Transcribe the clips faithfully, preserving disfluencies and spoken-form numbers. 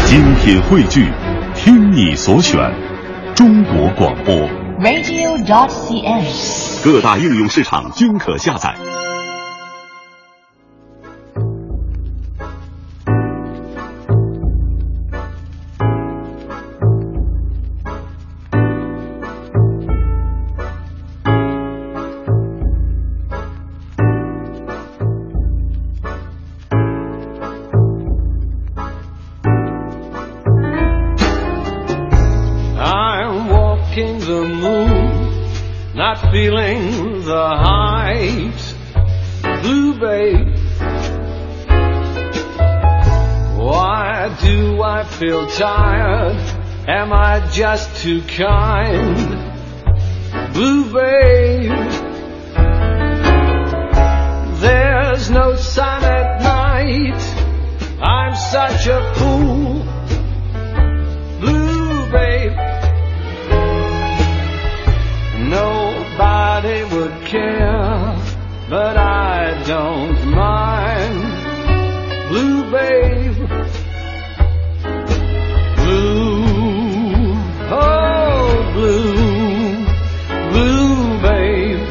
精品汇聚，听你所选，中国广播 radio dot c n， 各大应用市场均可下载。 Feeling the height, blue babe. Why do I feel tired? Am I just too kind, blue babe? There's no sun at night. I'm such a fool, blue babe. Nobody would care, but I don't mind, blue babe. Blue, oh blue, blue babe.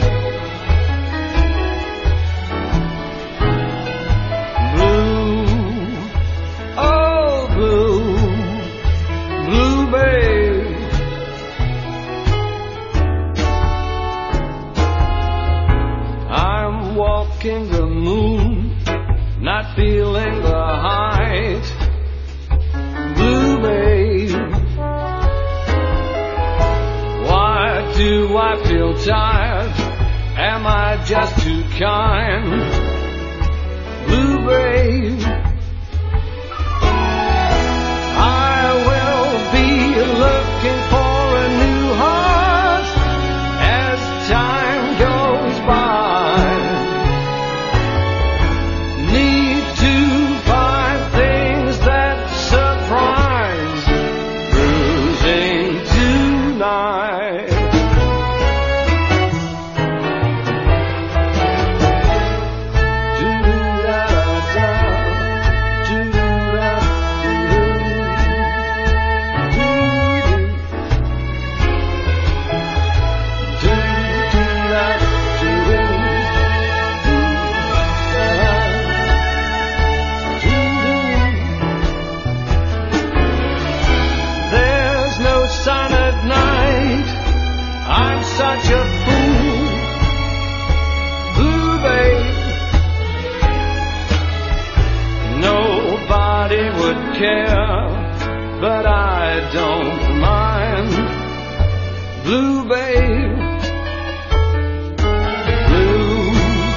Blue, oh blue, blue babe. Walking the moon, not feeling the height, blue babe. Why do I feel tired? Am I just too kind, blue babe? I will be looking for a new heart as time goes by. Such a fool, blue babe. Nobody would care, but I don't mind, blue babe. Blue,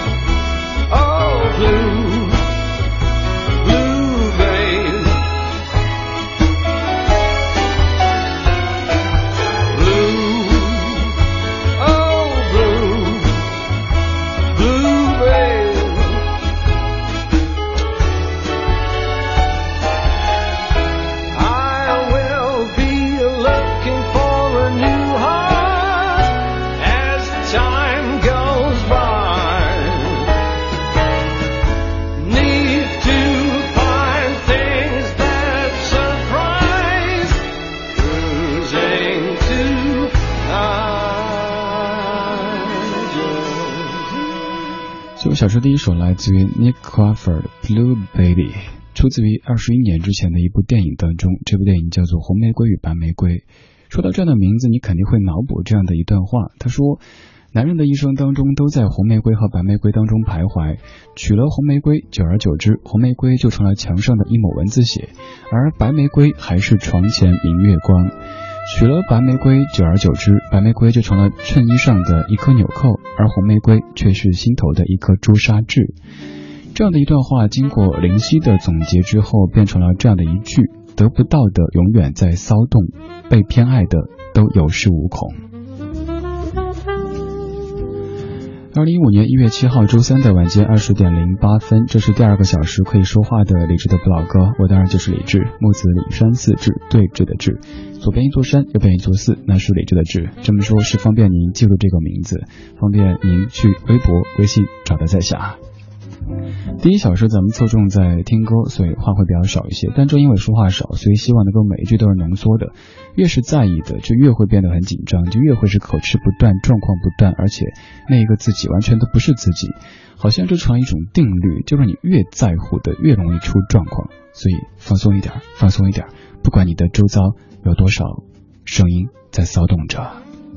oh blue. 这首小说第一首来自于 Nick Crawford Blue Baby， 出自于二十一年之前的一部电影当中，这部电影叫做《红玫瑰与白玫瑰》。说到这样的名字，你肯定会脑补这样的一段话，他说男人的一生当中都在红玫瑰和白玫瑰当中徘徊，娶了红玫瑰，久而久之，红玫瑰就成了墙上的一抹蚊子血，而白玫瑰还是床前明月光。娶了白玫瑰，久而久之，白玫瑰就成了衬衣上的一颗纽扣，而红玫瑰却是心头的一颗朱砂痣。这样的一段话经过林夕的总结之后，变成了这样的一句：得不到的永远在骚动，被偏爱的都有恃无恐。二零一五年一月七号周三的晚间二十点零八分，这是第二个小时可以说话的李志的不老歌，我当然就是李志，木子李山四志，对峙的志，左边一座山，右边一座寺，那是李志的志。这么说是方便您记住这个名字，方便您去微博微信找到在下。 第一小时咱们侧重在听歌，所以话会比较少一些，但正因为说话少，所以希望能够每一句都是浓缩的。越是在意的，就越会变得很紧张，就越会是口吃不断，状况不断，而且那一个自己完全都不是自己。好像这成了一种定律，就是你越在乎的越容易出状况。所以放松一点，放松一点，不管你的周遭有多少声音在骚动着。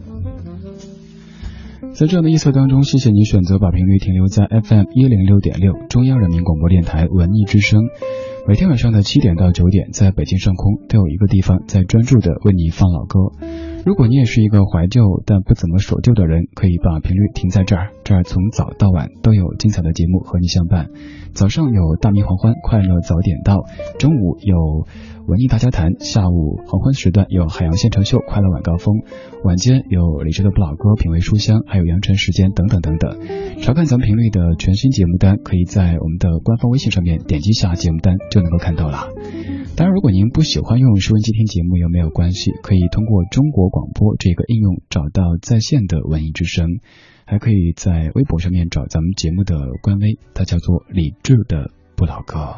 在这样的夜色当中，谢谢你选择把频率停留在 F M 一零六点六 中央人民广播电台文艺之声。每天晚上的七点到九点，在北京上空都有一个地方在专注的为你放老歌。如果你也是一个怀旧但不怎么守旧的人，可以把频率停在这儿，这儿从早到晚都有精彩的节目和你相伴。早上有大明黄欢快乐早点到，中午有文艺大家谈，下午黄昏时段有海洋现场秀快乐晚高峰，晚间有李志的不老歌品味书香，还有阳晨时间等等等等。查看咱们频率的全新节目单，可以在我们的官方微信上面点击下节目单就能够看到了。当然如果您不喜欢用收音机听节目也没有关系，可以通过中国广播这个应用找到在线的文艺之声，还可以在微博上面找咱们节目的官微，它叫做李志的不老歌。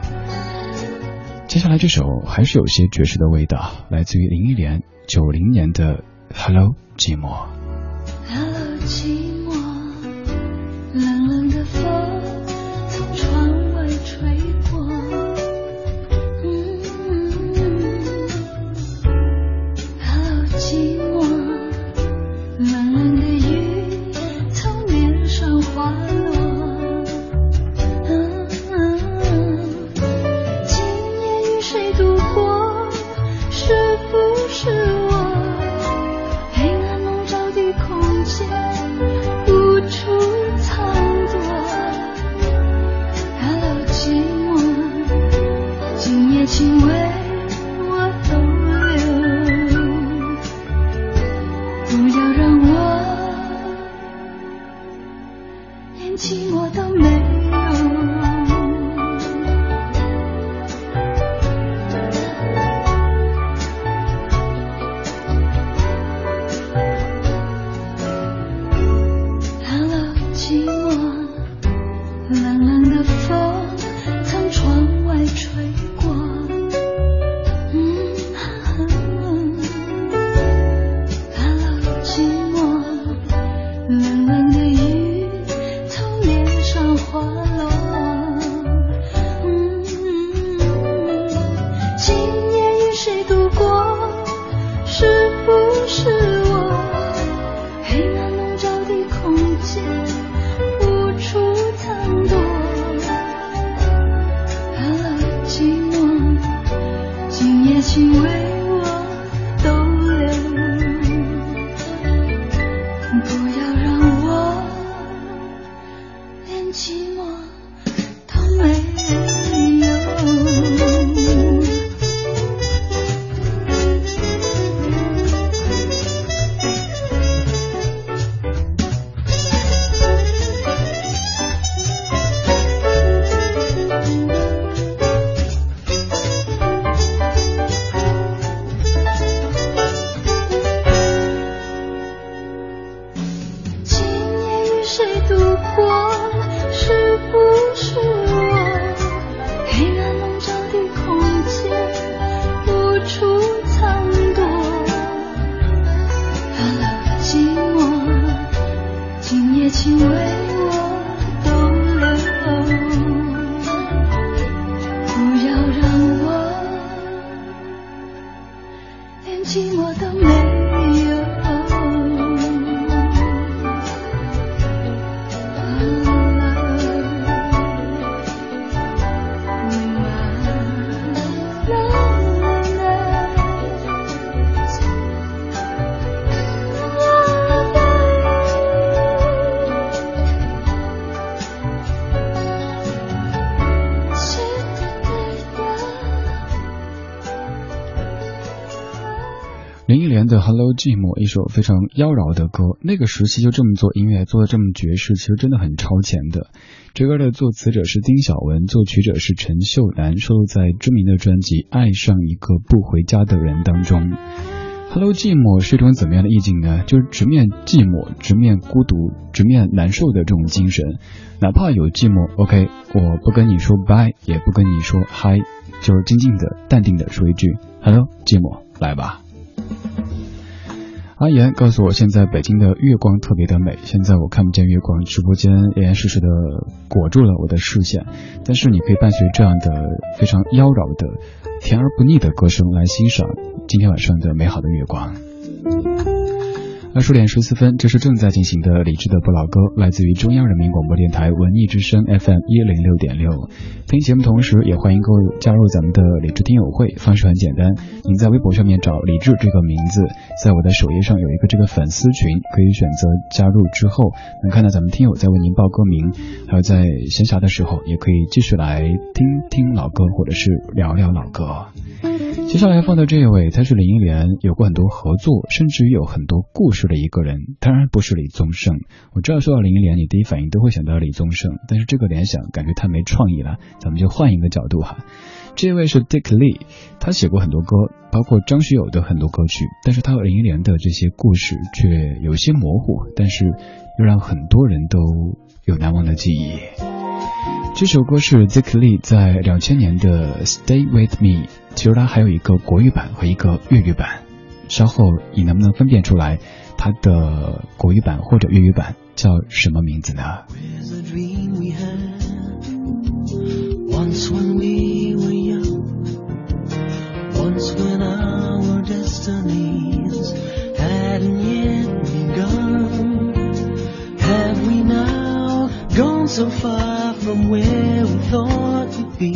接下来这首还是有些爵士的味道，来自于林忆莲九零年的 Hello 寂寞。 Hello 寂寞，冷冷的风从窗外吹过，嗯 Hello 寂寞，冷冷的雨从脸上滑落，是我黑暗笼罩的空间，无处藏躲。Hello 寂寞，今夜请为我逗留，不要让我连寂寞都没有。 林忆莲的 Hello 寂寞，一首非常妖娆的歌，那个时期就这么做音乐，做的这么爵士，其实真的很超前的。这歌的作词者是丁晓文，作曲者是陈秀兰，收录在知名的专辑《爱上一个不回家的人》当中。 Hello， 寂寞是一种怎么样的意境呢？就是直面寂寞，直面孤独，直面难受的这种精神。哪怕有寂寞 ，OK， 我不跟你说 bye， 也不跟你说 hi， 就是静静的、淡定的说一句 Hello， 寂寞，来吧。阿言告诉我，现在北京的月光特别的美。现在我看不见月光，直播间严严实实的裹住了我的视线。但是你可以伴随这样的非常妖娆的、甜而不腻的歌声来欣赏今天晚上的美好的月光。二十点十四分，这是正在进行的理智的不老歌，来自于中央人民广播电台文艺之声 F M 一零六点六。听节目同时，也欢迎各位加入咱们的理智听友会，方式很简单，您在微博上面找理智这个名字，在我的首页上有一个这个粉丝群，可以选择加入之后，能看到咱们听友在为您报歌名，还有在闲暇的时候，也可以继续来听听老歌，或者是聊聊老歌。接下来放到这位，他是林忆莲有过很多合作，甚至于有很多故事的一个人，当然不是李宗盛。我知道说到林忆莲，你第一反应都会想到李宗盛，但是这个联想感觉太没创意了，咱们就换一个角度哈。这位是 Dick Lee， 他写过很多歌，包括张学友的很多歌曲，但是他和林忆莲的这些故事却有些模糊，但是又让很多人都有难忘的记忆。这首歌是 Dick Lee 在两千年的 Stay With Me， 其实它还有一个国语版和一个粤语版，稍后你能不能分辨出来它的国语版或者粤语版叫什么名字呢？ Once when we were young, once when our destinies hadn't yet begun, have we now gone so far from where we thought we'd be?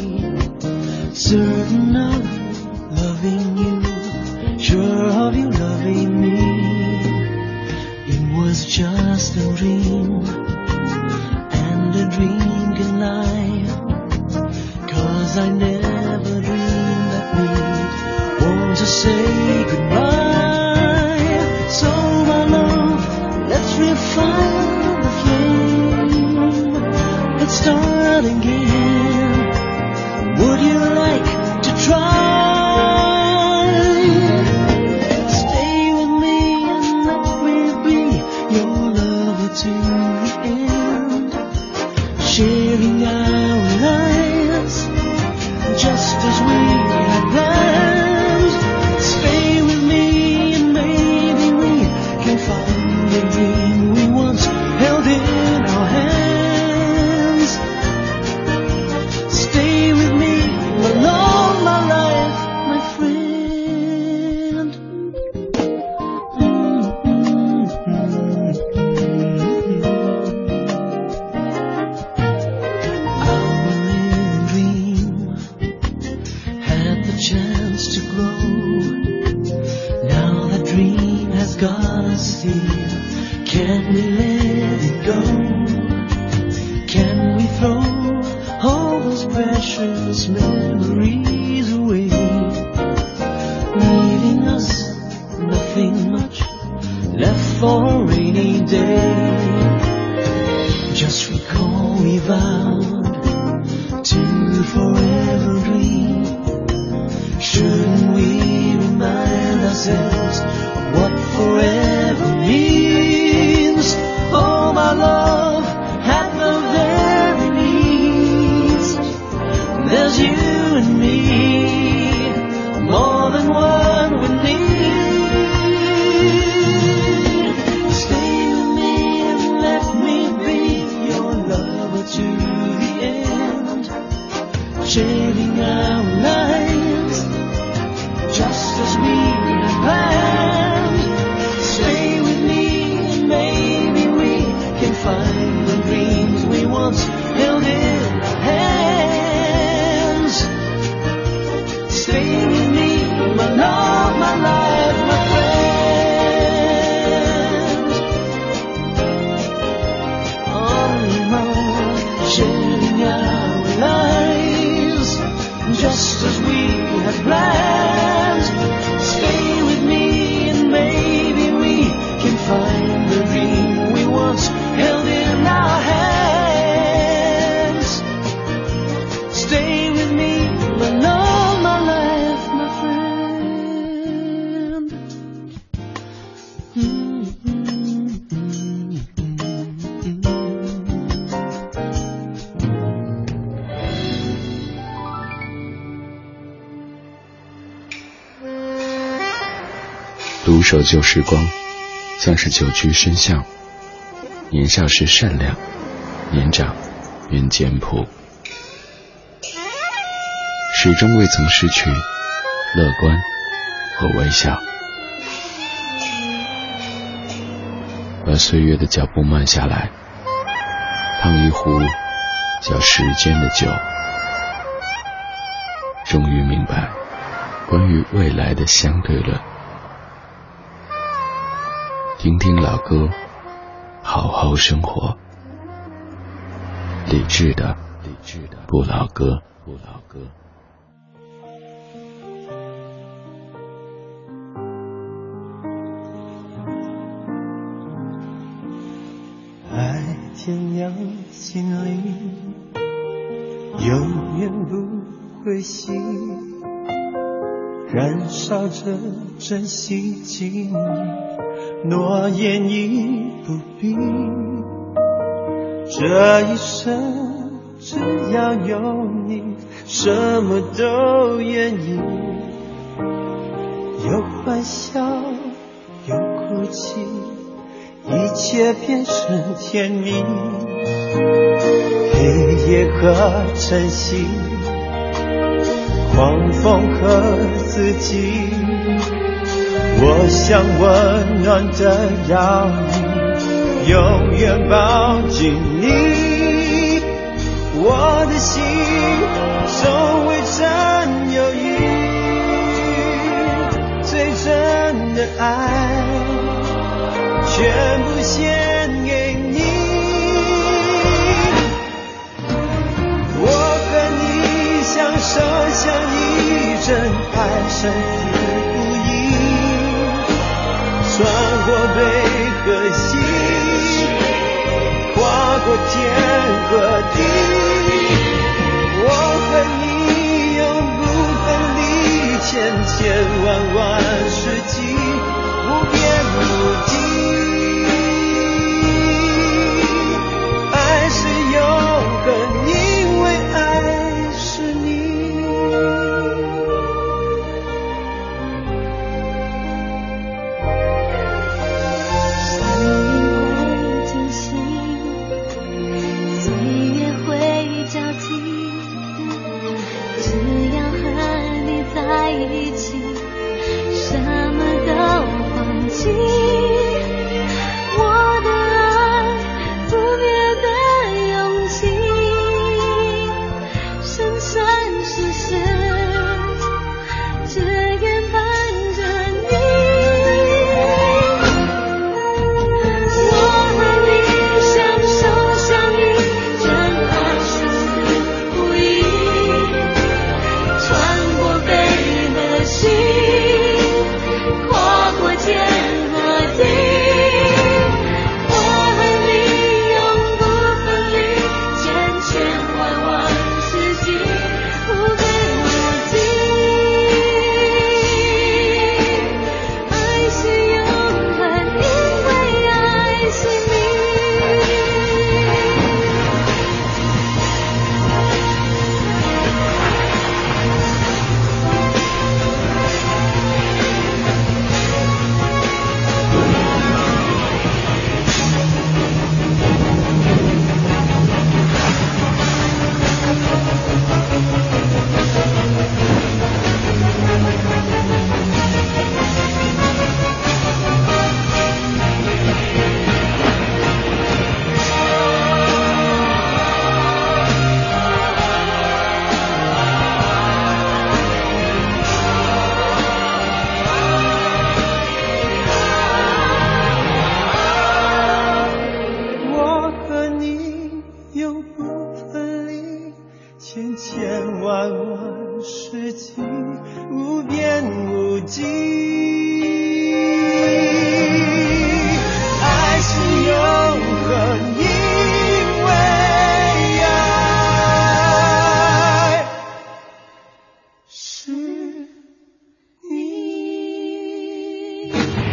Certain of loving you, sure of you loving me. It was just a dream, and a dream can lie, 'cause I never dreamed that we'd want to say goodbye. So my love, let's refine the flame, let's start again. Would you like to try? Stay with me and let me be your lover to the end, sharing our lives just as we had planned. Stay with me and maybe we can find the dream we once held in our hands. Stay with me along my life, my friend. Our little dream had the chance to grow. Now that dream has got us here. Can we let it go? Can we throw all those precious memories away, leaving us nothing much left for a rainy day? Just recall we vowed to forever dream. Shouldn't we remind ourselves of what forever means? Oh my love, at the very least, there's you and me, more than one we need. Stay with me and let me be your lover to the end, sharing our lives just as we had planned. Stay with me and maybe we can find the dreams we once held in our hands. Stay with me, my love, my life, my friend. On and on, sharing our lives just as we had planned. Stay with me and maybe we can find the dream we once held in our hands. Stay with me, my love, my life, 独守旧时光，像是久居深巷。年少时善良，年长便简朴，始终未曾失去乐观和微笑。把岁月的脚步慢下来，烫一壶叫时间的酒，终于明白关于未来的相对论。听听老歌，好好生活。理智的理智的不老歌不老歌。 爱天亮心里永远不会熄，燃烧着真心经历，诺言已不必，这一生只要有你，什么都愿意，有欢笑有哭泣，一切变成甜蜜，黑夜和晨曦，狂风和四季，我想温暖的要你，永远抱紧你，我的心从未曾犹豫，最真的爱全部献给你，我和你相守像一阵爱，生死不移，穿过北和西，跨过天和地，我和你永不分离，千千万万世纪，无边无际。爱是永恒，因为爱是你。 生命会惊醒，岁月会交替，只要和你在一起，什么都忘记。我的爱不灭的勇气，生生世世只愿伴着你。我和你相守相依，真爱生死不移，穿过北和西，跨过天和地，我和你永不分离，千千万万世纪，无边无际。爱是永恒，因为爱是你。我和你永不分离，千千万万世纪，无边无际。爱是永恒，因为爱是你。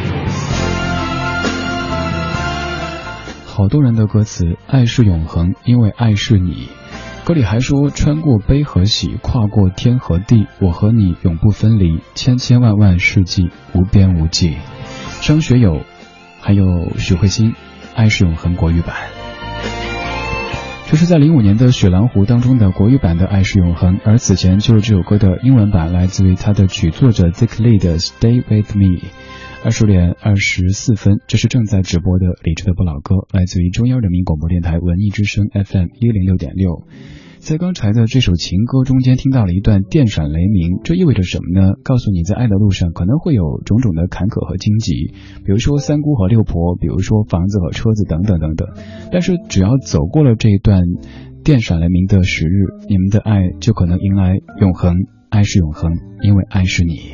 好动人的歌词，爱是永恒，因为爱是你。歌里还说，穿过悲和喜，跨过天和地，我和你永不分离，千千万万世纪，无边无际。 张学友，还有许慧欣，《爱是永恒》国语版。这是在零五年的《雪狼湖》当中的国语版的《爱是永恒》，而此前就是这首歌的英文版，来自于他的曲作者 Dick Lee 的 Stay With Me。二十点二十四分，这是正在直播的理智的不老歌，来自于中央人民广播电台文艺之声 F M 一零六点六。在刚才的这首情歌中间听到了一段电闪雷鸣，这意味着什么呢？告诉你在爱的路上可能会有种种的坎坷和荆棘，比如说三姑和六婆，比如说房子和车子等等等等，但是只要走过了这一段电闪雷鸣的时日，你们的爱就可能迎来永恒。爱是永恒，因为爱是你。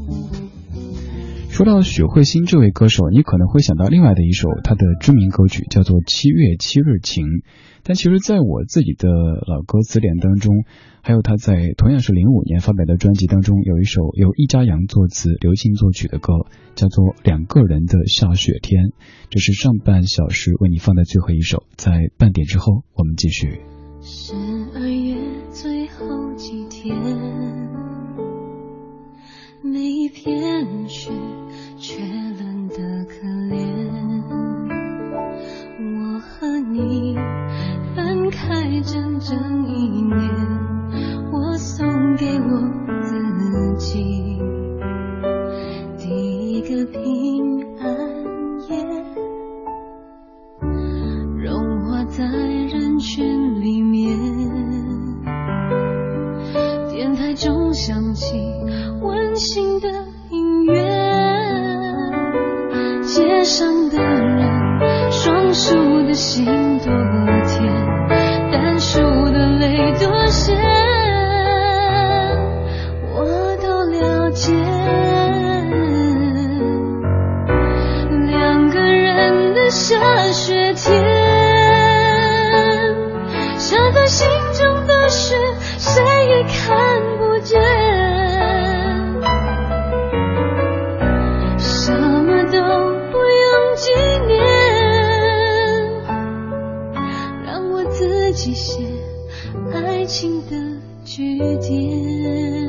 说到许慧欣这位歌手，你可能会想到另外的一首她的知名歌曲，叫做《七月七日晴》。但其实在我自己的老歌词典当中，还有她在同样是零五年发表的专辑当中，有一首由易家扬作词刘庆作曲的歌，叫做《两个人的下雪天》。这是上半小时为你放的最后一首，在半点之后我们继续。 十二月最后几天，每一片雪却冷得可怜，我和你分开整整一年，我送给我自己第一个平安夜，融化在人群里面，电台中响起温馨的音乐，街上的人双数的心多甜，单数的泪多咸，我都了解。两个人的下雪天，下在心中的雪谁也看不见，什么都不用纪念，让我自己写爱情的句点。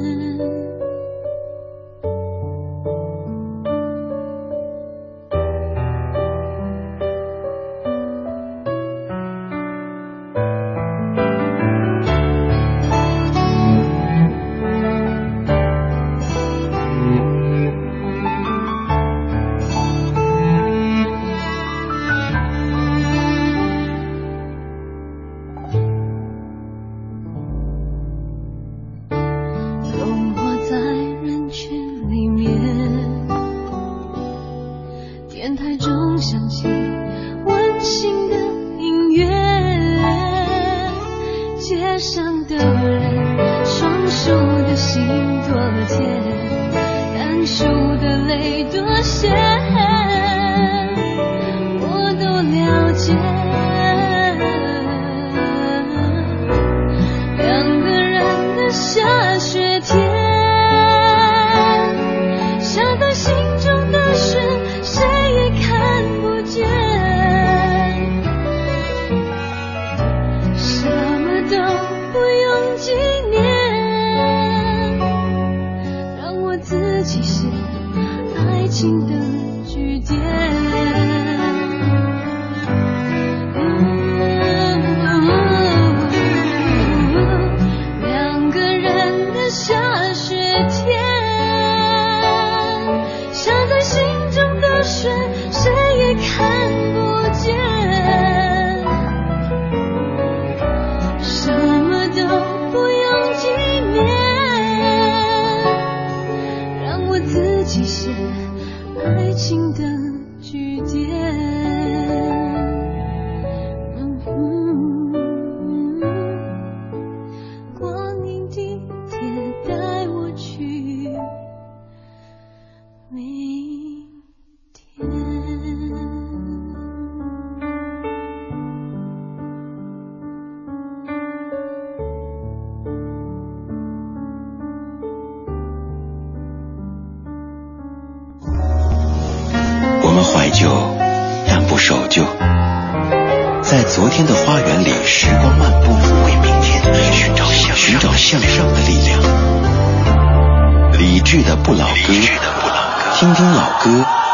怀旧，但不守旧。在昨天的花园里，时光漫步，为明天寻找向寻找向上的力量。理智的不老歌，听听老歌，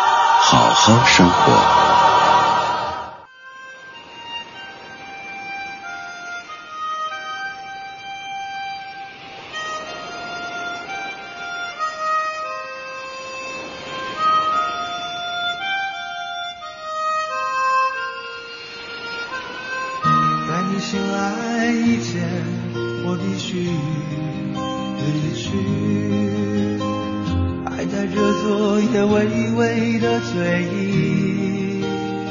好好生活。 在你醒来以前，我必须离去，还带着昨夜微微的醉意，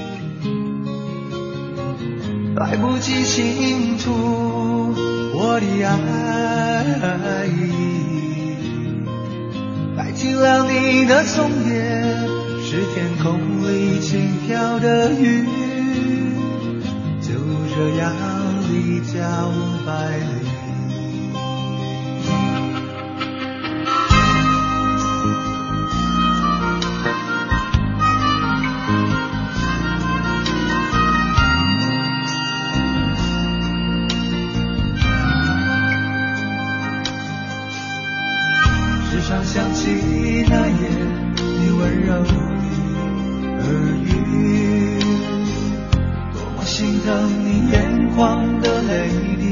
来不及倾吐我的爱意，来体谅你的松叶是天空里轻飘的雨，就这样离家五百里。时常想起那夜你温柔的耳语，多么心疼你眼眶的泪滴。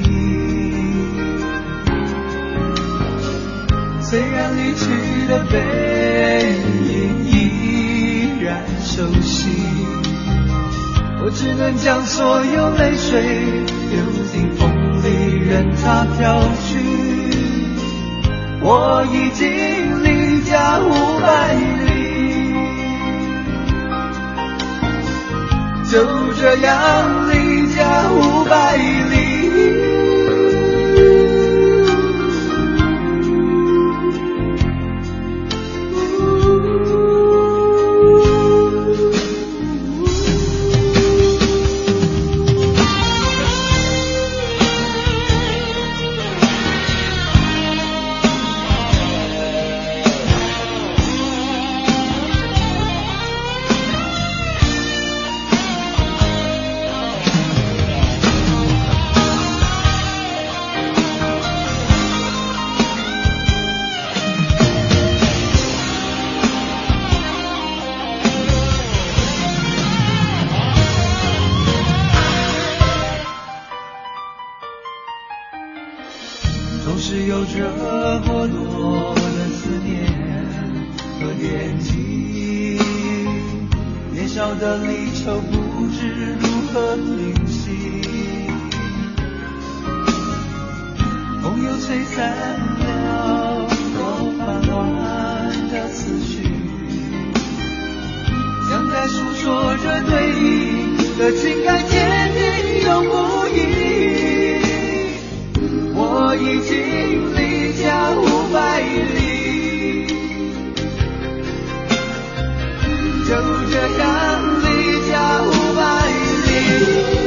虽然离去的背影依然熟悉，我只能将所有泪水流进风里，任它飘去。我已经离家五百里，就这样离家五百里。总是有着过多的思念和惦记，年少的离愁不知如何平息，风又吹散了我繁乱的思绪，像在诉说着对你的情感，坚定又不移。我已经离家五百里，就这样离家五百里。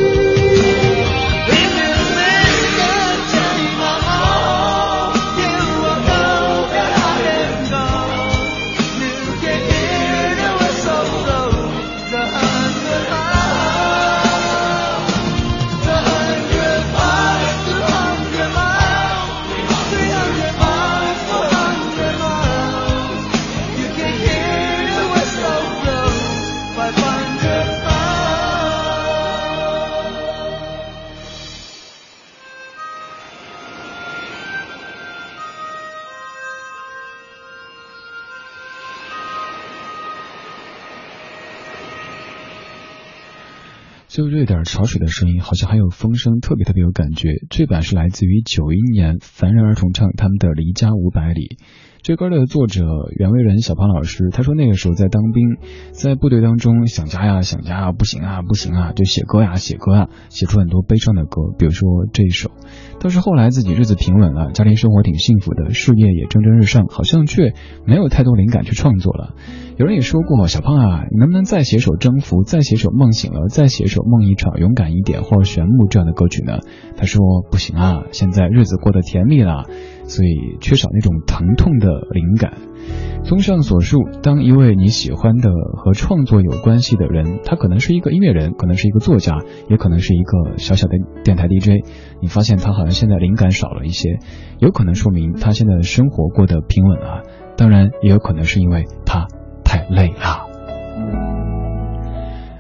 就这点潮水的声音，好像还有风声，特别特别有感觉。这版是来自于九一年凡人儿童唱他们的《离家五百里》。这歌的作者袁惟仁小胖老师，他说那个时候在当兵，在部队当中想家呀想家呀，不行啊不行啊，就写歌呀写歌啊，写出很多悲伤的歌，比如说这一首。但是后来自己日子平稳了，家庭生活挺幸福的，事业也蒸蒸日上，好像却没有太多灵感去创作了。有人也说过，小胖啊，你能不能再写首征服，再写首梦醒了，再写首梦一场，勇敢一点，或者玄牧这样的歌曲呢？他说不行啊，现在日子过得甜蜜了，所以缺少那种疼痛的灵感。综上所述，当一位你喜欢的和创作有关系的人，他可能是一个音乐人，可能是一个作家，也可能是一个小小的电台 D J， 你发现他好像现在灵感少了一些，有可能说明他现在的生活过得平稳了，当然也有可能是因为他太累了。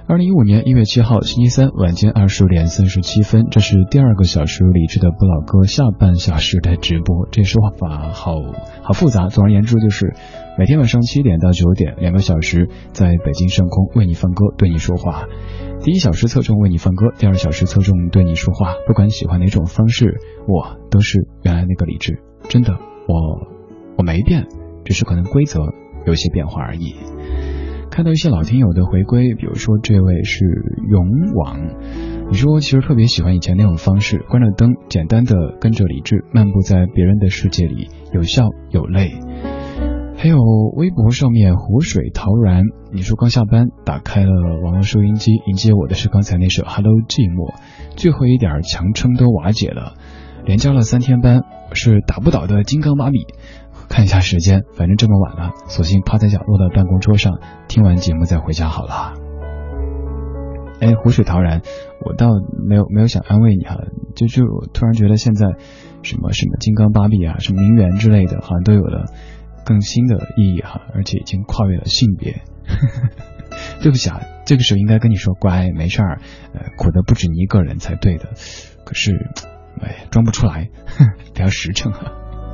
二零一五年一月七号星期三晚间二十点三十七分，这是第二个小时理智的不老歌下半小时的直播。这说法好好复杂，总而言之就是每天晚上七点到九点两个小时在北京上空为你放歌，对你说话。第一小时侧重为你放歌，第二小时侧重对你说话。不管喜欢哪种方式，我都是原来那个理智。真的，我我没变，只是可能规则有些变化而已。看到一些老听友的回归，比如说这位是勇往，你说其实特别喜欢以前那种方式，关着灯简单的跟着理智漫步在别人的世界里，有笑有泪。还有微博上面湖水陶然，你说刚下班打开了网络收音机，迎接我的是刚才那首 Hello 寂寞，最后一点强撑都瓦解了，连加了三天班，我是打不倒的金刚芭比。看一下时间，反正这么晚了，索性趴在角落的办公桌上，听完节目再回家好了。哎，湖水陶然，我倒没有没有想安慰你哈，就就我突然觉得现在什么什么金刚芭比啊，什么名媛之类的，好像都有了更新的意义哈，而且已经跨越了性别。对不起啊，这个时候应该跟你说乖，没事儿，呃，苦的不止你一个人才对的，可是，哎，装不出来，比较实诚啊。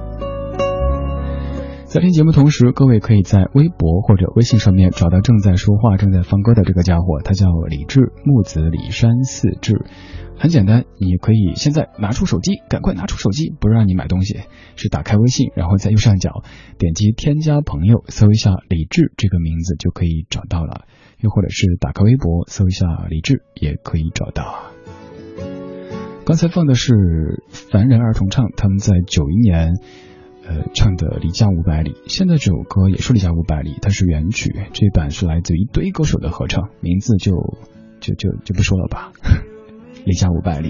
在听节目同时，各位可以在微博或者微信上面找到正在说话正在放歌的这个家伙，他叫李志，木子李山四志。很简单，你可以现在拿出手机，赶快拿出手机，不让你买东西，是打开微信，然后在右上角点击添加朋友，搜一下李志这个名字就可以找到了，又或者是打开微博搜一下李志也可以找到。刚才放的是凡人儿童唱，他们在九一年呃，唱的离家五百里，现在这首歌也是离家五百里，它是原曲，这版是来自于一堆歌手的合唱，名字就就就就不说了吧。离家五百里。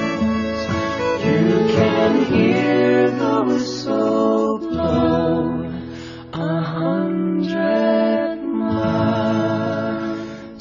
Hear the whistle blow.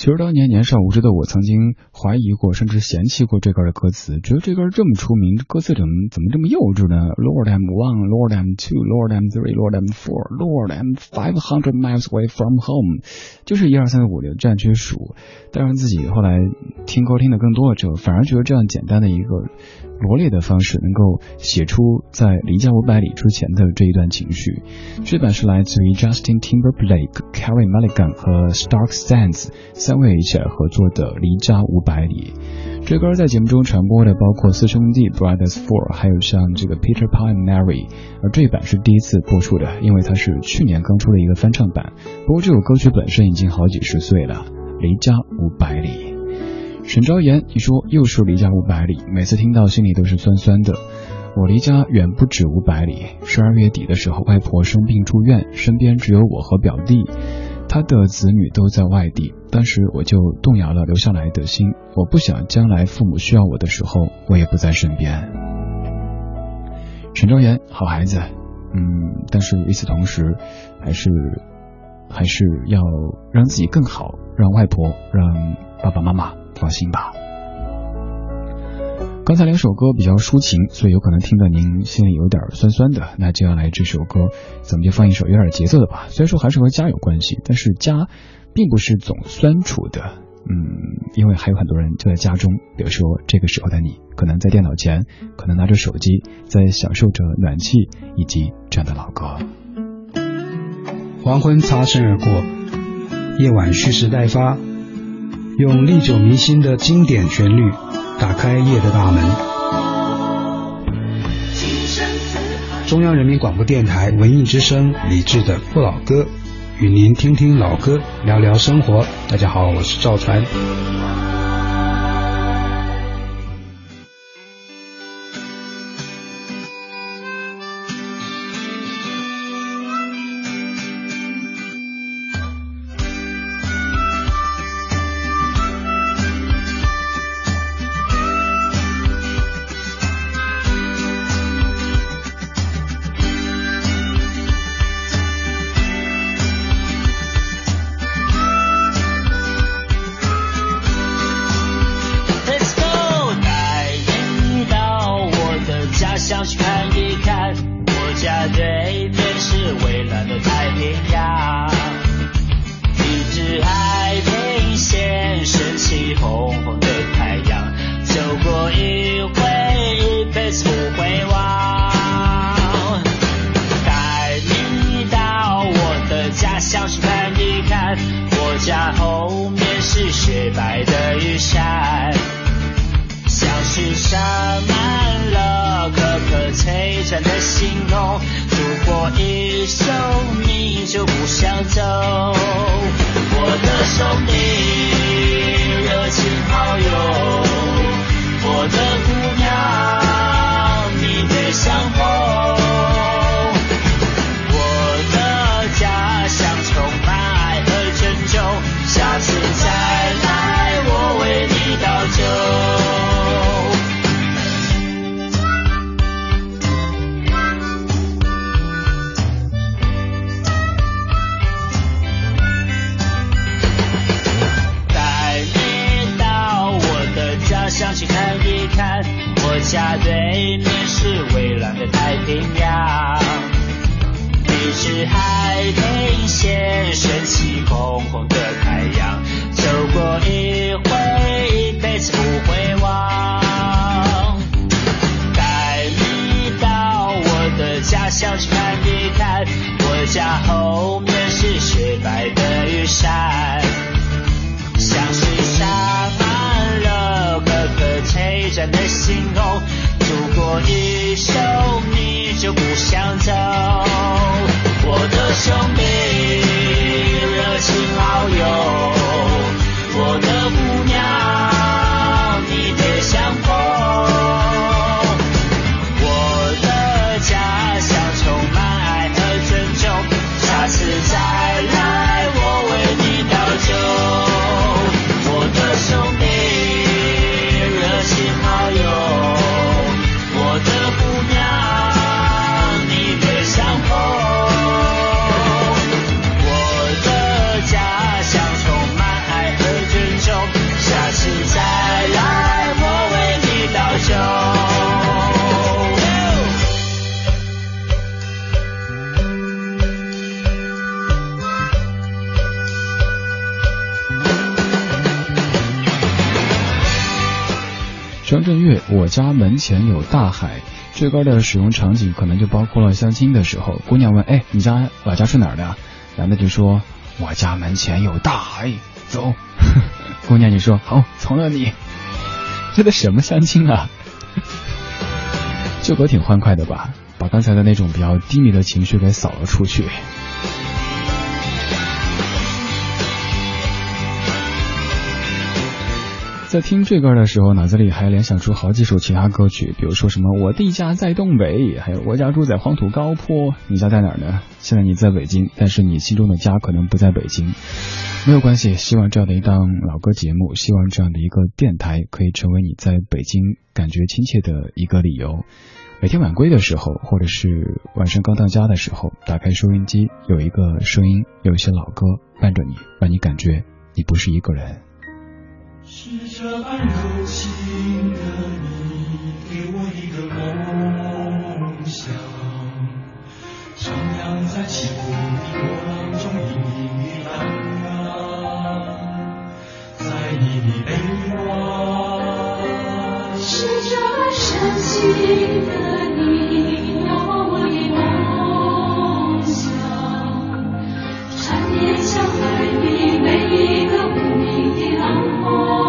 其实当年年少无知的我曾经怀疑过甚至嫌弃过这歌的歌词，觉得这歌这么出名，歌词怎么怎么这么幼稚呢？ Lord I'm one, Lord I'm two, Lord I'm three, Lord I'm four, Lord I'm five hundred miles away from home， 就是一二三四五的战区数。但是自己后来听歌听的更多了之后，反而觉得这样简单的一个罗列的方式能够写出在离家五百里之前的这一段情绪。这版是来自于 Justin Timberlake、Carey Mulligan 和 Stark Sands 三位一起来合作的离家五百里。这歌在节目中传播的包括四兄弟 Brothers Four， 还有像这个 Peter Paul and Mary， 而这版是第一次播出的，因为它是去年刚出的一个翻唱版。不过这首歌曲本身已经好几十岁了。离家五百里，沈昭言，你说又是离家五百里，每次听到心里都是酸酸的。我离家远不止五百里，十二月底的时候，外婆生病住院，身边只有我和表弟，他的子女都在外地，当时我就动摇了留下来的心，我不想将来父母需要我的时候，我也不在身边。沈昭言，好孩子，嗯，但是与此同时，还是还是要让自己更好，让外婆，让爸爸妈妈放心吧。刚才两首歌比较抒情，所以有可能听得您心里有点酸酸的，那接下来这首歌咱们就放一首有点节奏的吧。虽然说还是和家有关系，但是家并不是总酸楚的，嗯，因为还有很多人就在家中，比如说这个时候的你，可能在电脑前，可能拿着手机，在享受着暖气以及这样的老歌。 黄昏擦身而过，夜晚蓄势待发，用历久弥新的经典旋律打开夜的大门。中央人民广播电台文艺之声李志的不老歌，与您听听老歌，聊聊生活。大家好，我是赵传。 我的姑娘，你别想家门前有大海。这歌的使用场景可能就包括了相亲的时候，姑娘问，哎，你家老家是哪儿的？男的就说，我家门前有大海，走。姑娘你说，好，从了你。这的什么相亲啊？这歌挺欢快的吧，把刚才的那种比较低迷的情绪给扫了出去。在听这歌的时候，脑子里还联想出好几首其他歌曲，比如说什么我弟家在东北，还有我家住在黄土高坡。你家在哪儿呢？现在你在北京，但是你心中的家可能不在北京。没有关系，希望这样的一档老歌节目，希望这样的一个电台可以成为你在北京感觉亲切的一个理由。每天晚归的时候，或者是晚上刚到家的时候，打开收音机，有一个声音，有一些老歌伴着你，让你感觉你不是一个人。 是这般柔情的你，给我一个梦想，徜徉在起伏的波浪中，隐隐的荡漾，在你的臂弯。 是这般深情的你，摇晃我的梦想，缠绵像海里每一个无名的浪花。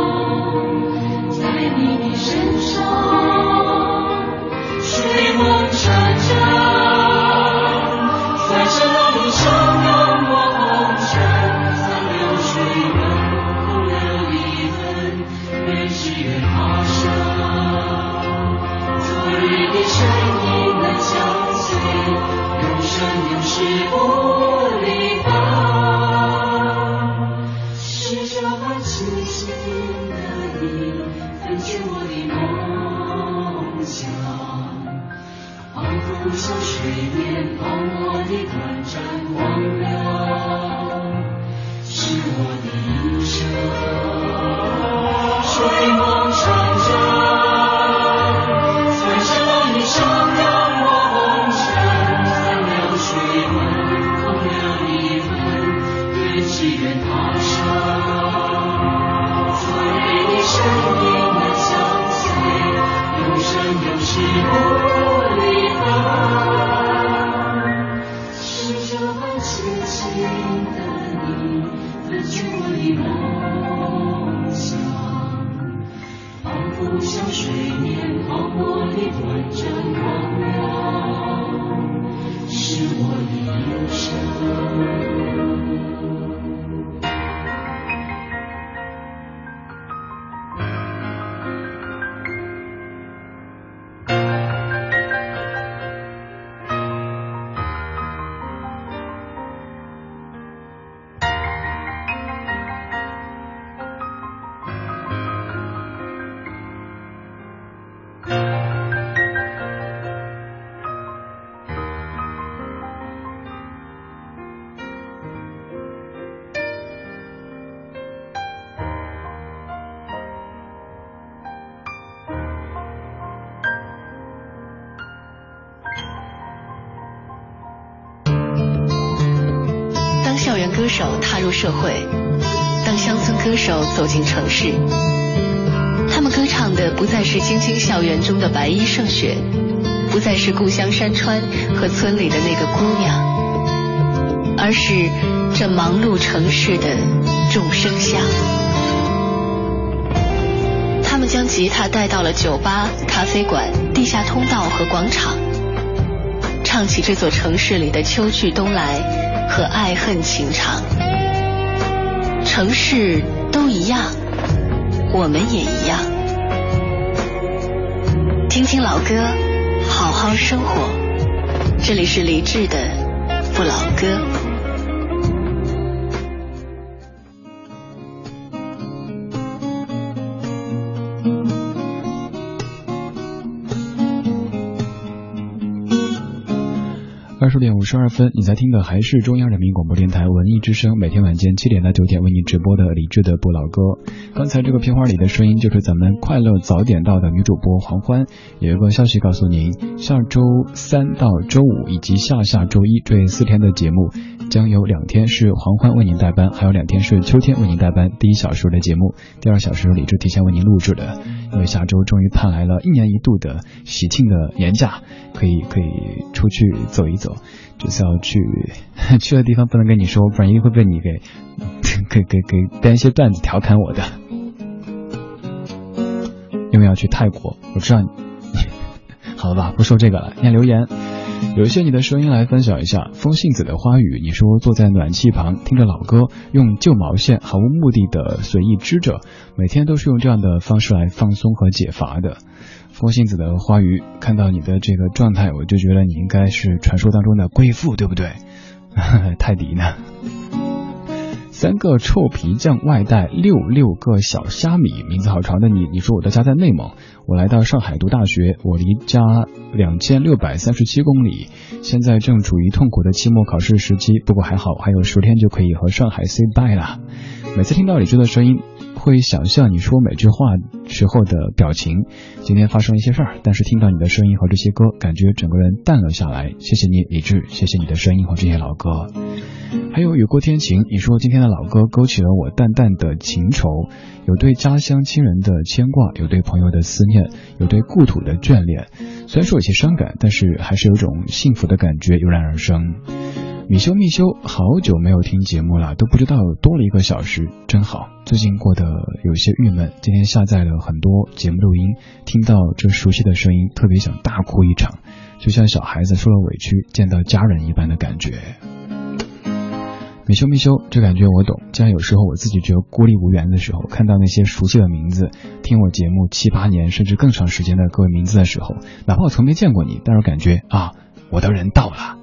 校园歌手踏入社会，当乡村歌手走进城市，他们歌唱的不再是京津校园中的白衣胜雪，不再是故乡山川和村里的那个姑娘，而是这忙碌城市的众生相。他们将吉他带到了酒吧、咖啡馆、地下通道和广场，唱起这座城市里的秋去冬来和爱恨情长。城市都一样，我们也一样。听听老歌，好好生活。这里是李志的不老歌。 二十点五十二分，你在听的还是中央人民广播电台文艺之声，每天晚间七点到九点为你直播的理智的不老歌。刚才这个片花里的声音就是咱们快乐早点到的女主播黄欢。有一个消息告诉您，下周三到周五以及下下周一这四天的节目，将有两天是黄欢为您代班，还有两天是秋天为您代班。第一小时的节目，第二小时理智提前为您录制的。因为下周终于盼来了一年一度的喜庆的年假，可以可以出去走一走。这次要去去的地方不能跟你说，不然一定会被你给给给给编一些段子调侃我的。因为要去泰国，我知道你好了吧，不说这个了，念留言。有一些你的声音来分享一下。风信子的花语，你说坐在暖气旁听着老歌，用旧毛线毫无目的的随意织着，每天都是用这样的方式来放松和解乏的。风信子的花语，看到你的这个状态，我就觉得你应该是传说当中的贵妇，对不对？泰迪呢？三个臭皮匠外带六六个小虾米，名字好长的你，你说我的家在内蒙，我来到上海读大学，我离家两千六百三十七公里，现在正处于痛苦的期末考试时期，不过还好，还有十天就可以和上海 say bye 了。每次听到李志的声音，会想象你说每句话时候的表情。今天发生了一些事儿，但是听到你的声音和这些歌，感觉整个人淡了下来。谢谢你，李志，谢谢你的声音和这些老歌。还有雨过天晴，你说今天的老歌勾起了我淡淡的情愁，有对家乡亲人的牵挂，有对朋友的思念，有对故土的眷恋。虽然说有些伤感，但是还是有种幸福的感觉油然而生。米修米修，好久没有听节目了，都不知道多了一个小时，真好。最近过得有些郁闷，今天下载了很多节目录音，听到这熟悉的声音，特别想大哭一场，就像小孩子受了委屈见到家人一般的感觉。米修米修，这感觉我懂。既然有时候我自己觉得孤立无援的时候，看到那些熟悉的名字，听我节目七八年甚至更长时间的各位名字的时候，哪怕我从没见过你，但是感觉啊，我的人到了。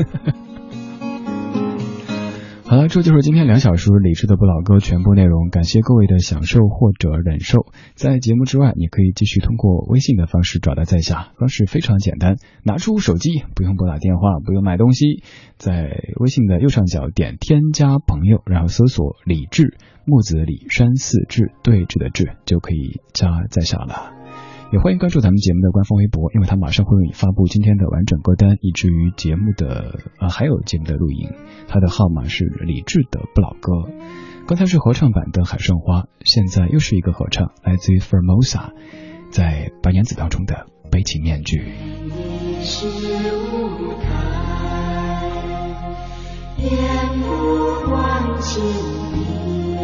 好了，这就是今天两小时理智的不老歌全部内容，感谢各位的享受或者忍受。在节目之外，你可以继续通过微信的方式找到在下，方式非常简单，拿出手机，不用拨打电话，不用买东西，在微信的右上角点添加朋友，然后搜索李志，木子李，山寺志，对峙的志，就可以加在下了。也欢迎关注咱们节目的官方微博，因为它马上会为你发布今天的完整歌单，以至于节目的呃还有节目的录音。它的号码是李志的不老歌。刚才是合唱版的海上花，现在又是一个合唱，来自于 Formosa 在白莲子当中的悲情面具。 你是舞台，演不完情意，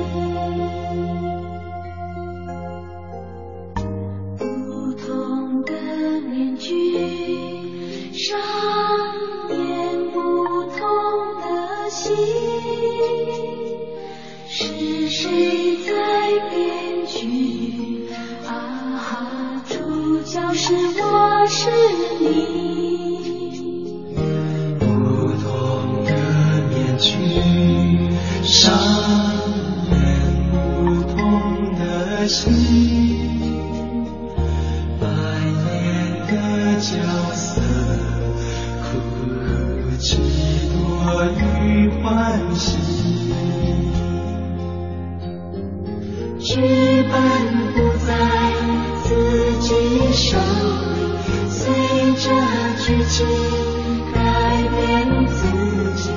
不同的面具上演不同的戏，是谁在编剧啊哈，主角是我是你， 不同的面具上演不同的戏，扮演的角色哭泣多于欢喜， 剧本不在自己手里，随着剧情改变自己。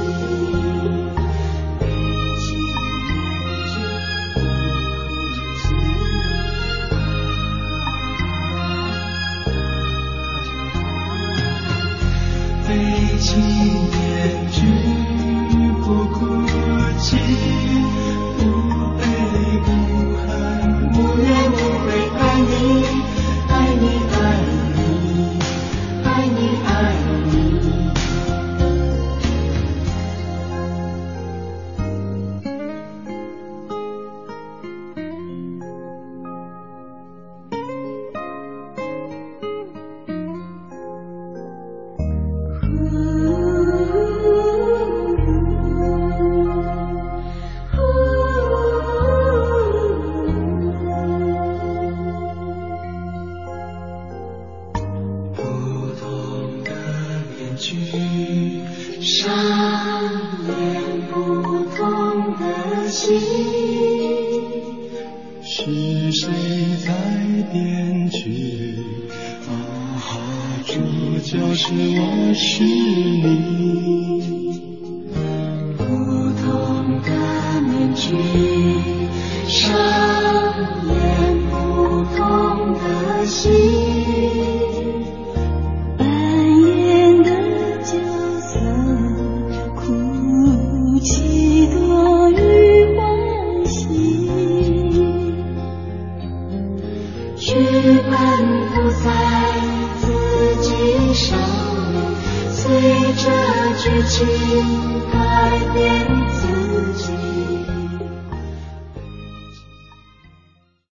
背起面具不哭泣，不悲不恨， 无怨无悔，爱你，爱你，爱你，爱你，爱你。 去，上演不同的戏，是谁在编剧？啊哈，主角是我是你，不同的面具，上演不同的戏。随着剧情改变自己。